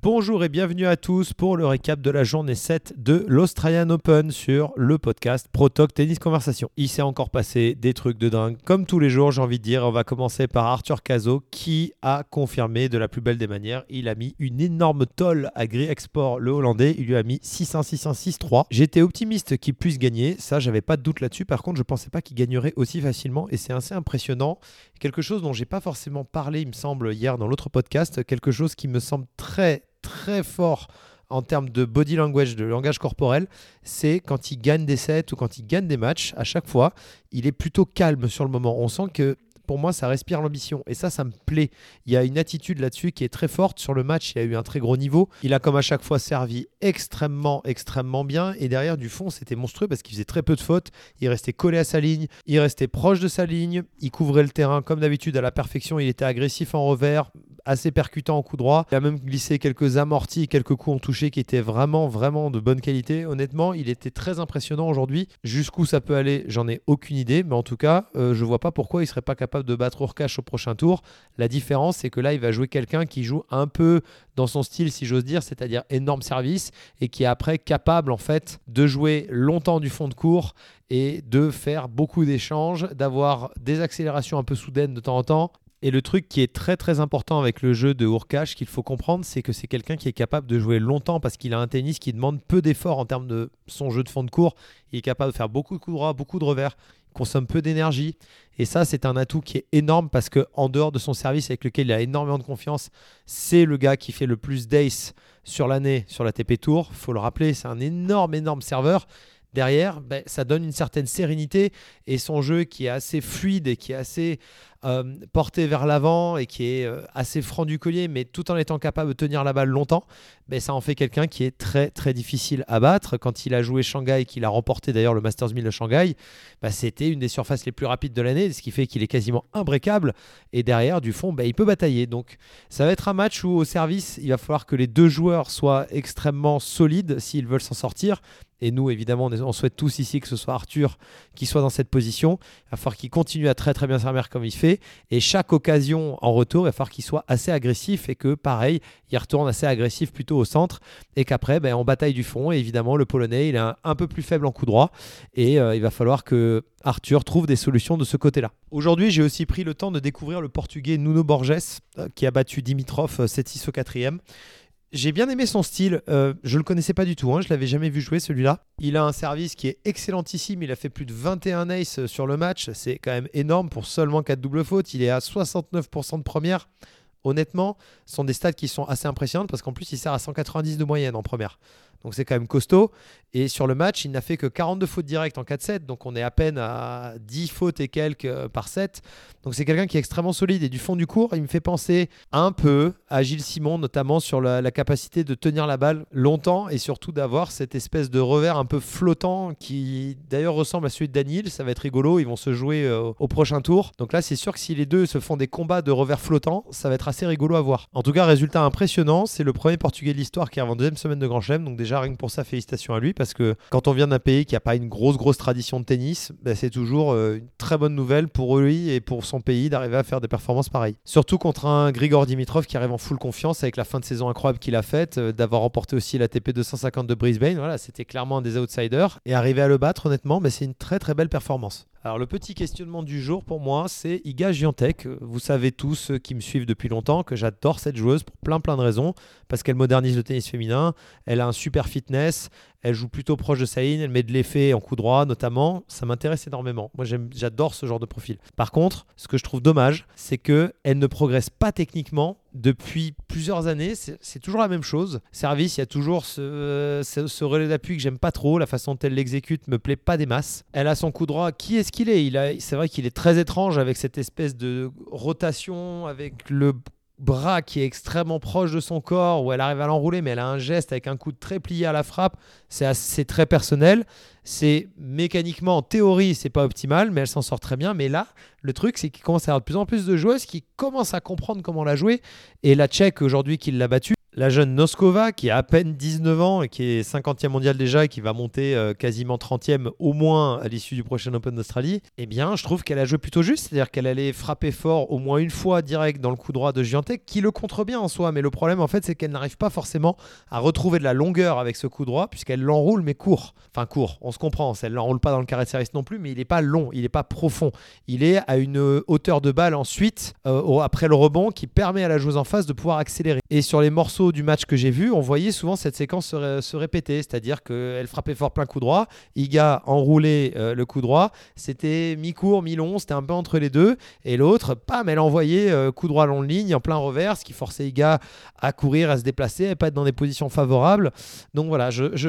Bonjour et bienvenue à tous pour le récap de la journée 7 de l'Australian Open sur le podcast Pro Talk Tennis Conversation. Il s'est encore passé des trucs de dingue. Comme tous les jours, j'ai envie de dire, on va commencer par Arthur Cazaux qui a confirmé de la plus belle des manières. Il a mis une énorme tolle à Grey Export, le Hollandais. Il lui a mis 6-1, 6-1, 6-3. J'étais optimiste qu'il puisse gagner. Ça, j'avais pas de doute là-dessus. Par contre, je pensais pas qu'il gagnerait aussi facilement et c'est assez impressionnant. Quelque chose dont j'ai pas forcément parlé, il me semble, hier dans l'autre podcast. Quelque chose qui me semble très fort en termes de body language, de langage corporel, c'est quand il gagne des sets ou quand il gagne des matchs, à chaque fois, il est plutôt calme sur le moment. On sent que, pour moi, ça respire l'ambition. Et ça me plaît. Il y a une attitude là-dessus qui est très forte. Sur le match, il a eu un très gros niveau. Il a, comme à chaque fois, servi extrêmement bien. Et derrière, du fond, c'était monstrueux parce qu'il faisait très peu de fautes. Il restait collé à sa ligne. Il restait proche de sa ligne. Il couvrait le terrain comme d'habitude à la perfection. Il était agressif en revers, assez percutant en coup droit. Il a même glissé quelques amortis, quelques coups en touché qui étaient vraiment de bonne qualité. Honnêtement, il était très impressionnant aujourd'hui. Jusqu'où ça peut aller, j'en ai aucune idée. Mais en tout cas, je vois pas pourquoi il serait pas capable de battre Hurkacz au prochain tour. La différence, c'est que là, il va jouer quelqu'un qui joue un peu dans son style, si j'ose dire, c'est-à-dire énorme service et qui est après capable en fait de jouer longtemps du fond de court et de faire beaucoup d'échanges, d'avoir des accélérations un peu soudaines de temps en temps. Et le truc qui est très important avec le jeu de Hurkacz qu'il faut comprendre, c'est que c'est quelqu'un qui est capable de jouer longtemps parce qu'il a un tennis qui demande peu d'efforts en termes de son jeu de fond de court. Il est capable de faire beaucoup de coups droits, beaucoup de revers, il consomme peu d'énergie. Et ça, c'est un atout qui est énorme parce qu'en dehors de son service avec lequel il a énormément de confiance, c'est le gars qui fait le plus d'ace sur l'année sur la TP Tour. Il faut le rappeler, c'est un énorme serveur. Derrière, ça donne une certaine sérénité et son jeu qui est assez fluide et qui est assez porté vers l'avant et qui est assez franc du collier, mais tout en étant capable de tenir la balle longtemps, ça en fait quelqu'un qui est très difficile à battre. Quand il a joué Shanghai, qu'il a remporté d'ailleurs le Masters 1000 de Shanghai, c'était une des surfaces les plus rapides de l'année, ce qui fait qu'il est quasiment imbrécable. Et derrière, du fond, il peut batailler. Donc ça va être un match où au service, il va falloir que les deux joueurs soient extrêmement solides s'ils veulent s'en sortir. Et nous, évidemment, on souhaite tous ici que ce soit Arthur qui soit dans cette position. Il va falloir qu'il continue à très bien servir comme il fait. Et chaque occasion en retour, il va falloir qu'il soit assez agressif et que, pareil, il retourne assez agressif plutôt au centre. Et qu'après, on bataille du fond. Et évidemment, le Polonais, il est un peu plus faible en coup droit. Et il va falloir que Arthur trouve des solutions de ce côté-là. Aujourd'hui, j'ai aussi pris le temps de découvrir le Portugais Nuno Borges qui a battu Dimitrov 7-6 au 4e. J'ai bien aimé son style, je le connaissais pas du tout, je l'avais jamais vu jouer celui-là. Il a un service qui est excellentissime, il a fait plus de 21 aces sur le match, c'est quand même énorme pour seulement 4 doubles fautes, il est à 69% de première. Honnêtement, ce sont des stats qui sont assez impressionnantes parce qu'en plus il sert à 190 de moyenne en première. Donc c'est quand même costaud. Et sur le match, il n'a fait que 42 fautes directes en 4-7. Donc on est à peine à 10 fautes et quelques par set. Donc c'est quelqu'un qui est extrêmement solide. Et du fond du court, il me fait penser un peu à Gilles Simon, notamment sur la capacité de tenir la balle longtemps et surtout d'avoir cette espèce de revers un peu flottant qui d'ailleurs ressemble à celui de Daniil. Ça va être rigolo. Ils vont se jouer au prochain tour. Donc là, c'est sûr que si les deux se font des combats de revers flottants, ça va être assez rigolo à voir. En tout cas, résultat impressionnant. C'est le premier Portugais de l'histoire qui arrive en deuxième semaine de Grand Chelem. Donc déjà, rien que pour ça, félicitations à lui parce que quand on vient d'un pays qui n'a pas une grosse tradition de tennis, c'est toujours une très bonne nouvelle pour lui et pour son pays d'arriver à faire des performances pareilles. Surtout contre un Grigor Dimitrov qui arrive en full confiance avec la fin de saison incroyable qu'il a faite, d'avoir remporté aussi la TP 250 de Brisbane. Voilà, c'était clairement un des outsiders et arriver à le battre, honnêtement, c'est une très belle performance. Alors le petit questionnement du jour pour moi, c'est Iga Swiatek. Vous savez tous, ceux qui me suivent depuis longtemps, que j'adore cette joueuse pour plein de raisons, parce qu'elle modernise le tennis féminin, elle a un super fitness, elle joue plutôt proche de sa ligne, elle met de l'effet en coup droit notamment, ça m'intéresse énormément. Moi j'adore ce genre de profil. Par contre, ce que je trouve dommage, c'est qu'elle ne progresse pas techniquement depuis plusieurs années, c'est toujours la même chose. Service, il y a toujours ce relais d'appui que j'aime pas trop, la façon dont elle l'exécute me plaît pas des masses. Elle a son coup droit, qui est-ce qu'il est? C'est vrai qu'il est très étrange avec cette espèce de rotation, avec le bras qui est extrêmement proche de son corps, où elle arrive à l'enrouler, mais elle a un geste avec un coude très plié à la frappe. C'est très personnel. C'est mécaniquement, en théorie, c'est pas optimal, mais elle s'en sort très bien. Mais là, le truc, c'est qu'il commence à y avoir de plus en plus de joueuses qui commencent à comprendre comment la jouer. Et la Tchèque, aujourd'hui, qui l'a battue, la jeune Noskova qui a à peine 19 ans et qui est 50e mondial déjà et qui va monter quasiment 30e au moins à l'issue du prochain Open d'Australie, eh bien je trouve qu'elle a joué plutôt juste, c'est-à-dire qu'elle allait frapper fort au moins une fois direct dans le coup droit de Giantec qui le contre bien en soi, mais le problème en fait c'est qu'elle n'arrive pas forcément à retrouver de la longueur avec ce coup droit puisqu'elle l'enroule mais court, on se comprend, elle ne l'enroule pas dans le carré de service non plus, mais il n'est pas long, il n'est pas profond, il est à une hauteur de balle ensuite après le rebond qui permet à la joueuse en face de pouvoir accélérer. Et sur les morceaux du match que j'ai vu, on voyait souvent cette séquence se répéter, c'est-à-dire qu'elle frappait fort plein coup droit, Iga enroulait le coup droit, c'était mi-court, mi-long, c'était un peu entre les deux, et l'autre, pam, elle envoyait coup droit long de ligne en plein revers, ce qui forçait Iga à courir, à se déplacer, à pas être dans des positions favorables. Donc voilà,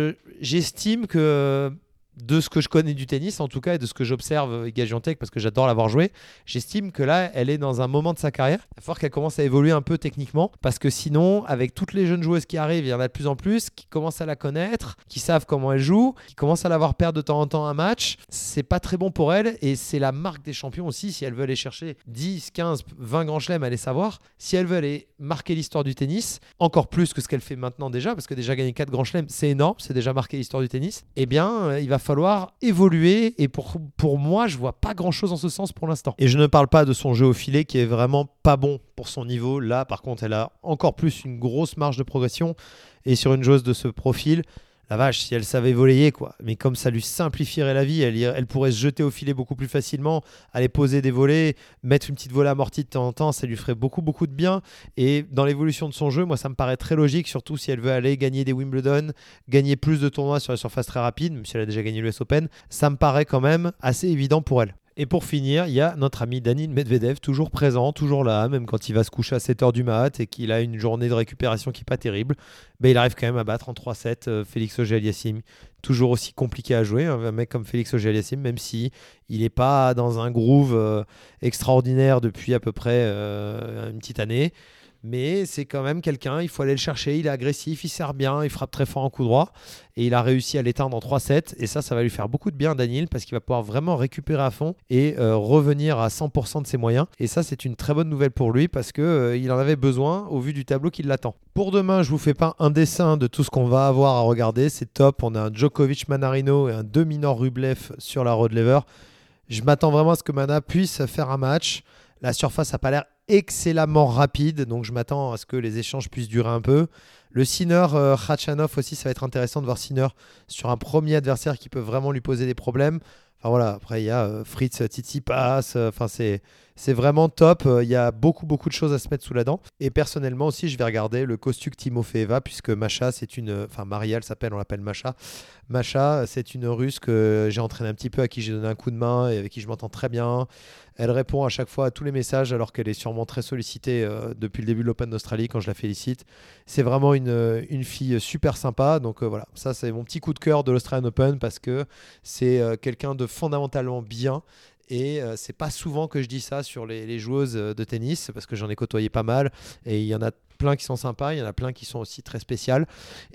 j'estime que de ce que je connais du tennis en tout cas et de ce que j'observe Iga Świątek parce que j'adore l'avoir joué, j'estime que là elle est dans un moment de sa carrière. Il va falloir qu'elle commence à évoluer un peu techniquement parce que sinon avec toutes les jeunes joueuses qui arrivent, il y en a de plus en plus qui commencent à la connaître, qui savent comment elle joue, qui commencent à la voir perdre de temps en temps un match. C'est pas très bon pour elle et c'est la marque des champions aussi si elle veut aller chercher 10, 15, 20 grands chelems, allez savoir. Si elle veut aller marquer l'histoire du tennis, encore plus que ce qu'elle fait maintenant déjà parce que déjà gagner 4 grands chelems c'est énorme, c'est déjà marqué l'histoire du tennis, eh bien il va falloir évoluer et pour moi je vois pas grand chose en ce sens pour l'instant. Et je ne parle pas de son jeu au filet qui est vraiment pas bon pour son niveau. Là par contre elle a encore plus une grosse marge de progression et sur une joueuse de ce profil, la vache, si elle savait voler quoi. Mais comme ça lui simplifierait la vie, elle pourrait se jeter au filet beaucoup plus facilement, aller poser des volets, mettre une petite volée amortie de temps en temps, ça lui ferait beaucoup de bien. Et dans l'évolution de son jeu, moi ça me paraît très logique, surtout si elle veut aller gagner des Wimbledon, gagner plus de tournois sur les surfaces très rapides, même si elle a déjà gagné l'US Open, ça me paraît quand même assez évident pour elle. Et pour finir, il y a notre ami Daniil Medvedev, toujours présent, toujours là, même quand il va se coucher à 7h du mat et qu'il a une journée de récupération qui n'est pas terrible. Ben, il arrive quand même à battre en 3-7 Félix Auger-Aliassime. Toujours aussi compliqué à jouer, un mec comme Félix Auger-Aliassime, même si il n'est pas dans un groove extraordinaire depuis à peu près une petite année. Mais c'est quand même quelqu'un, il faut aller le chercher, il est agressif, il sert bien, il frappe très fort en coup droit et il a réussi à l'éteindre en 3-7 et ça va lui faire beaucoup de bien Daniil parce qu'il va pouvoir vraiment récupérer à fond et revenir à 100% de ses moyens et ça c'est une très bonne nouvelle pour lui parce qu'il en avait besoin au vu du tableau qui l'attend. Pour demain, je vous fais pas un dessin de tout ce qu'on va avoir à regarder, c'est top, on a un Djokovic-Manarino et un Dominor-Rublev sur la road lever. Je m'attends vraiment à ce que Mana puisse faire un match. La surface n'a pas l'air excellemment rapide, donc je m'attends à ce que les échanges puissent durer un peu. Le Sinner Khachanov aussi, ça va être intéressant de voir Sinner sur un premier adversaire qui peut vraiment lui poser des problèmes. Enfin voilà, après il y a Fritz Tsitsipas, c'est vraiment top. Il y a beaucoup de choses à se mettre sous la dent. Et personnellement aussi, je vais regarder le Kostyuk Timofeeva puisque Masha, Maria, elle s'appelle, on l'appelle Masha. Masha, c'est une Russe que j'ai entraîné un petit peu, à qui j'ai donné un coup de main et avec qui je m'entends très bien. Elle répond à chaque fois à tous les messages alors qu'elle est sûrement très sollicitée depuis le début de l'Open d'Australie quand je la félicite. C'est vraiment une fille super sympa. Donc voilà, ça c'est mon petit coup de cœur de l'Australian Open parce que c'est quelqu'un de fondamentalement bien. Et c'est pas souvent que je dis ça sur les joueuses de tennis parce que j'en ai côtoyé pas mal et il y en a plein qui sont sympas, il y en a plein qui sont aussi très spéciales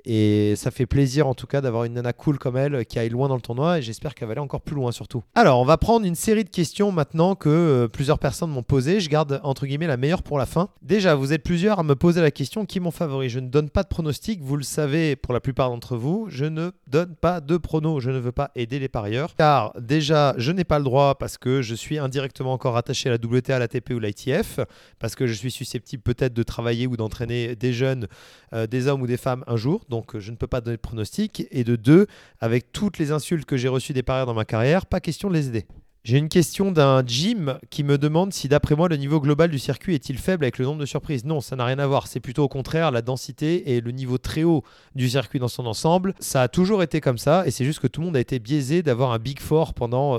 et ça fait plaisir en tout cas d'avoir une nana cool comme elle qui aille loin dans le tournoi et j'espère qu'elle va aller encore plus loin surtout. Alors on va prendre une série de questions maintenant que plusieurs personnes m'ont posées, je garde entre guillemets la meilleure pour la fin. Déjà vous êtes plusieurs à me poser la question qui est mon favori, je ne donne pas de pronostic, vous le savez pour la plupart d'entre vous, je ne donne pas de pronos, je ne veux pas aider les parieurs car déjà je n'ai pas le droit parce que je suis indirectement encore attaché à la WTA, à l'ATP ou l'ITF parce que je suis susceptible peut-être de travailler ou d'entraîner des jeunes, des hommes ou des femmes un jour, donc je ne peux pas donner de pronostic. Et de deux, avec toutes les insultes que j'ai reçues des parieurs dans ma carrière, pas question de les aider. J'ai une question d'un Jim qui me demande si d'après moi le niveau global du circuit est-il faible avec le nombre de surprises. Non, ça n'a rien à voir, c'est plutôt au contraire la densité et le niveau très haut du circuit dans son ensemble. Ça a toujours été comme ça et c'est juste que tout le monde a été biaisé d'avoir un Big Four pendant,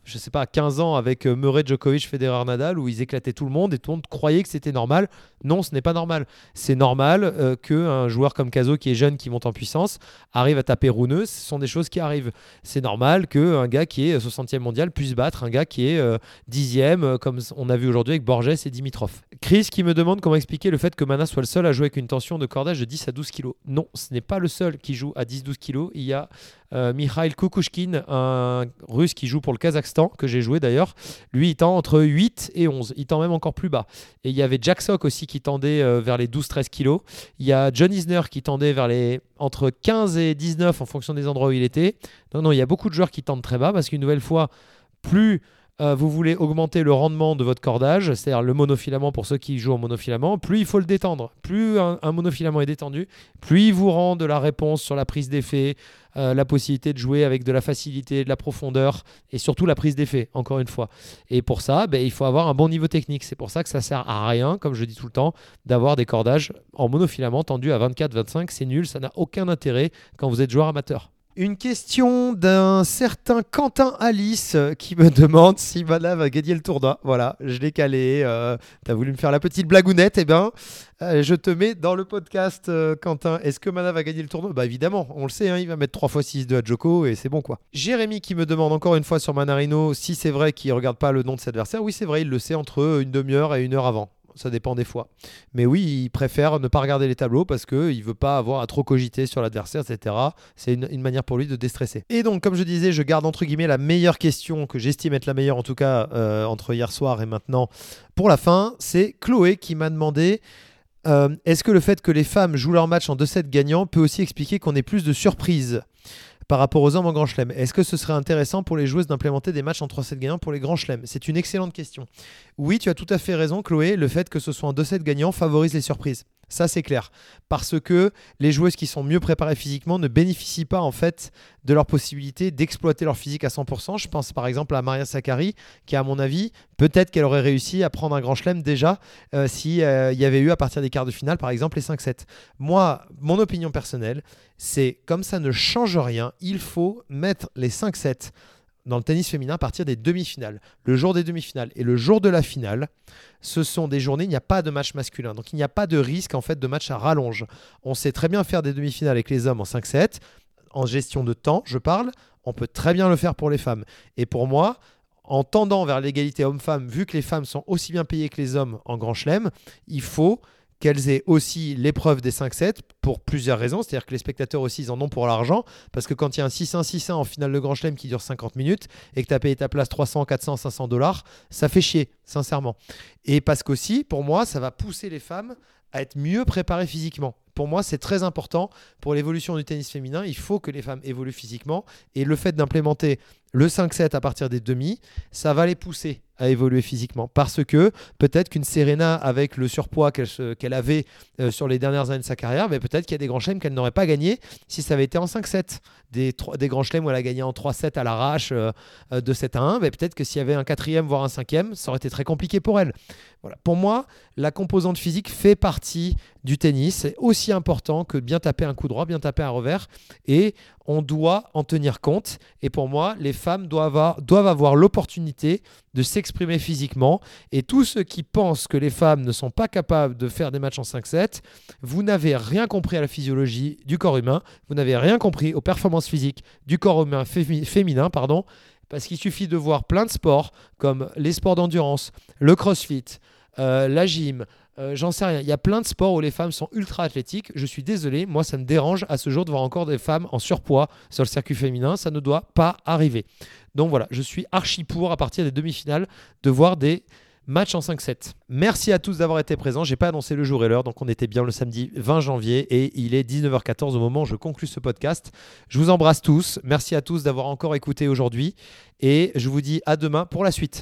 15 ans avec Murray, Djokovic, Federer, Nadal où ils éclataient tout le monde et tout le monde croyait que c'était normal. Non, ce n'est pas normal. C'est normal qu'un joueur comme Caso qui est jeune, qui monte en puissance, arrive à taper Rune, ce sont des choses qui arrivent. C'est normal qu'un gars qui est 60e mondial puisse battre battre un gars qui est 10e, comme on a vu aujourd'hui avec Borges et Dimitrov. Chris qui me demande comment expliquer le fait que Mana soit le seul à jouer avec une tension de cordage de 10 à 12 kg. Non, ce n'est pas le seul qui joue à 10-12 kg. Il y a Mikhail Kukushkin, un russe qui joue pour le Kazakhstan, que j'ai joué d'ailleurs. Lui, il tend entre 8 et 11. Il tend même encore plus bas. Et il y avait Jack Sock aussi qui tendait vers les 12-13 kg. Il y a John Isner qui tendait vers les entre 15 et 19 en fonction des endroits où il était. Non, il y a beaucoup de joueurs qui tendent très bas parce qu'une nouvelle fois, plus vous voulez augmenter le rendement de votre cordage, c'est-à-dire le monofilament pour ceux qui jouent en monofilament, plus il faut le détendre. Plus un monofilament est détendu, plus il vous rend de la réponse sur la prise d'effet, la possibilité de jouer avec de la facilité, de la profondeur et surtout la prise d'effet, encore une fois. Et pour ça, il faut avoir un bon niveau technique. C'est pour ça que ça sert à rien, comme je dis tout le temps, d'avoir des cordages en monofilament tendus à 24-25. C'est nul, ça n'a aucun intérêt quand vous êtes joueur amateur. Une question d'un certain Quentin Alice qui me demande si Mana va gagner le tournoi. Voilà, je l'ai calé. T'as voulu me faire la petite blagounette, je te mets dans le podcast, Quentin. Est-ce que Mana va gagner le tournoi ? Évidemment, on le sait, il va mettre 3x6-2 à Djoko et c'est bon quoi. Jérémy qui me demande encore une fois sur Manarino si c'est vrai qu'il ne regarde pas le nom de ses adversaires. Oui, c'est vrai, il le sait entre une demi-heure et 1 heure avant. Ça dépend des fois. Mais oui, il préfère ne pas regarder les tableaux parce qu'il ne veut pas avoir à trop cogiter sur l'adversaire, etc. C'est une manière pour lui de déstresser. Et donc, comme je disais, je garde entre guillemets la meilleure question, que j'estime être la meilleure en tout cas, entre hier soir et maintenant, pour la fin. C'est Chloé qui m'a demandé est-ce que le fait que les femmes jouent leur match en 2-7 gagnants peut aussi expliquer qu'on ait plus de surprises par rapport aux hommes en Grand Chelem? Est-ce que ce serait intéressant pour les joueuses d'implémenter des matchs en 3-7 gagnants pour les Grands Chelems? C'est une excellente question. Oui, tu as tout à fait raison, Chloé. Le fait que ce soit en 2-7 gagnants favorise les surprises. Ça, c'est clair. Parce que les joueuses qui sont mieux préparées physiquement ne bénéficient pas en fait de leur possibilité d'exploiter leur physique à 100%. Je pense par exemple à Maria Sakkari, qui à mon avis, peut-être qu'elle aurait réussi à prendre un Grand Chelem déjà si y avait eu à partir des quarts de finale, par exemple, les 5-7. Moi, mon opinion personnelle, c'est comme ça ne change rien, il faut mettre les 5-7 dans le tennis féminin à partir des demi-finales. Le jour des demi-finales et le jour de la finale, ce sont des journées, il n'y a pas de match masculin. Donc il n'y a pas de risque en fait de match à rallonge. On sait très bien faire des demi-finales avec les hommes en 5-7. En gestion de temps, je parle. On peut très bien le faire pour les femmes. Et pour moi, en tendant vers l'égalité homme-femme, vu que les femmes sont aussi bien payées que les hommes en Grand Chelem, il faut qu'elles aient aussi l'épreuve des 5-7 pour plusieurs raisons. C'est-à-dire que les spectateurs aussi, ils en ont pour l'argent. Parce que quand il y a un 6-1, 6-1 en finale de Grand Chelem qui dure 50 minutes et que tu as payé ta place 300, 400, 500 $, ça fait chier, sincèrement. Et parce qu'aussi, pour moi, ça va pousser les femmes à être mieux préparées physiquement. Pour moi, c'est très important pour l'évolution du tennis féminin. Il faut que les femmes évoluent physiquement. Et le fait d'implémenter le 5-7 à partir des demi, ça va les pousser à évoluer physiquement. Parce que peut-être qu'une Serena, avec le surpoids qu'elle avait sur les dernières années de sa carrière, mais peut-être qu'il y a des grands chelems qu'elle n'aurait pas gagné si ça avait été en 5-7. Des grands chelems où elle a gagné en 3-7 à l'arrache, de 7-1, mais peut-être que s'il y avait un 4e, voire un 5e, ça aurait été très compliqué pour elle. Voilà. Pour moi, la composante physique fait partie du tennis. C'est aussi important que bien taper un coup droit, bien taper un revers. Et on doit en tenir compte. Et pour moi, les femmes doivent avoir l'opportunité de s'exprimer physiquement. Et tous ceux qui pensent que les femmes ne sont pas capables de faire des matchs en 5-7, vous n'avez rien compris à la physiologie du corps humain. Vous n'avez rien compris aux performances physiques du corps humain féminin, parce qu'il suffit de voir plein de sports comme les sports d'endurance, le crossfit, la gym, j'en sais rien. Il y a plein de sports où les femmes sont ultra athlétiques. Je suis désolé, moi ça me dérange à ce jour de voir encore des femmes en surpoids sur le circuit féminin. Ça ne doit pas arriver. Donc voilà, je suis archi pour à partir des demi-finales de voir des matchs en 5-7. Merci à tous d'avoir été présents. J'ai pas annoncé le jour et l'heure, donc on était bien le samedi 20 janvier et il est 19h14 au moment où je conclue ce podcast. Je vous embrasse tous. Merci à tous d'avoir encore écouté aujourd'hui et je vous dis à demain pour la suite.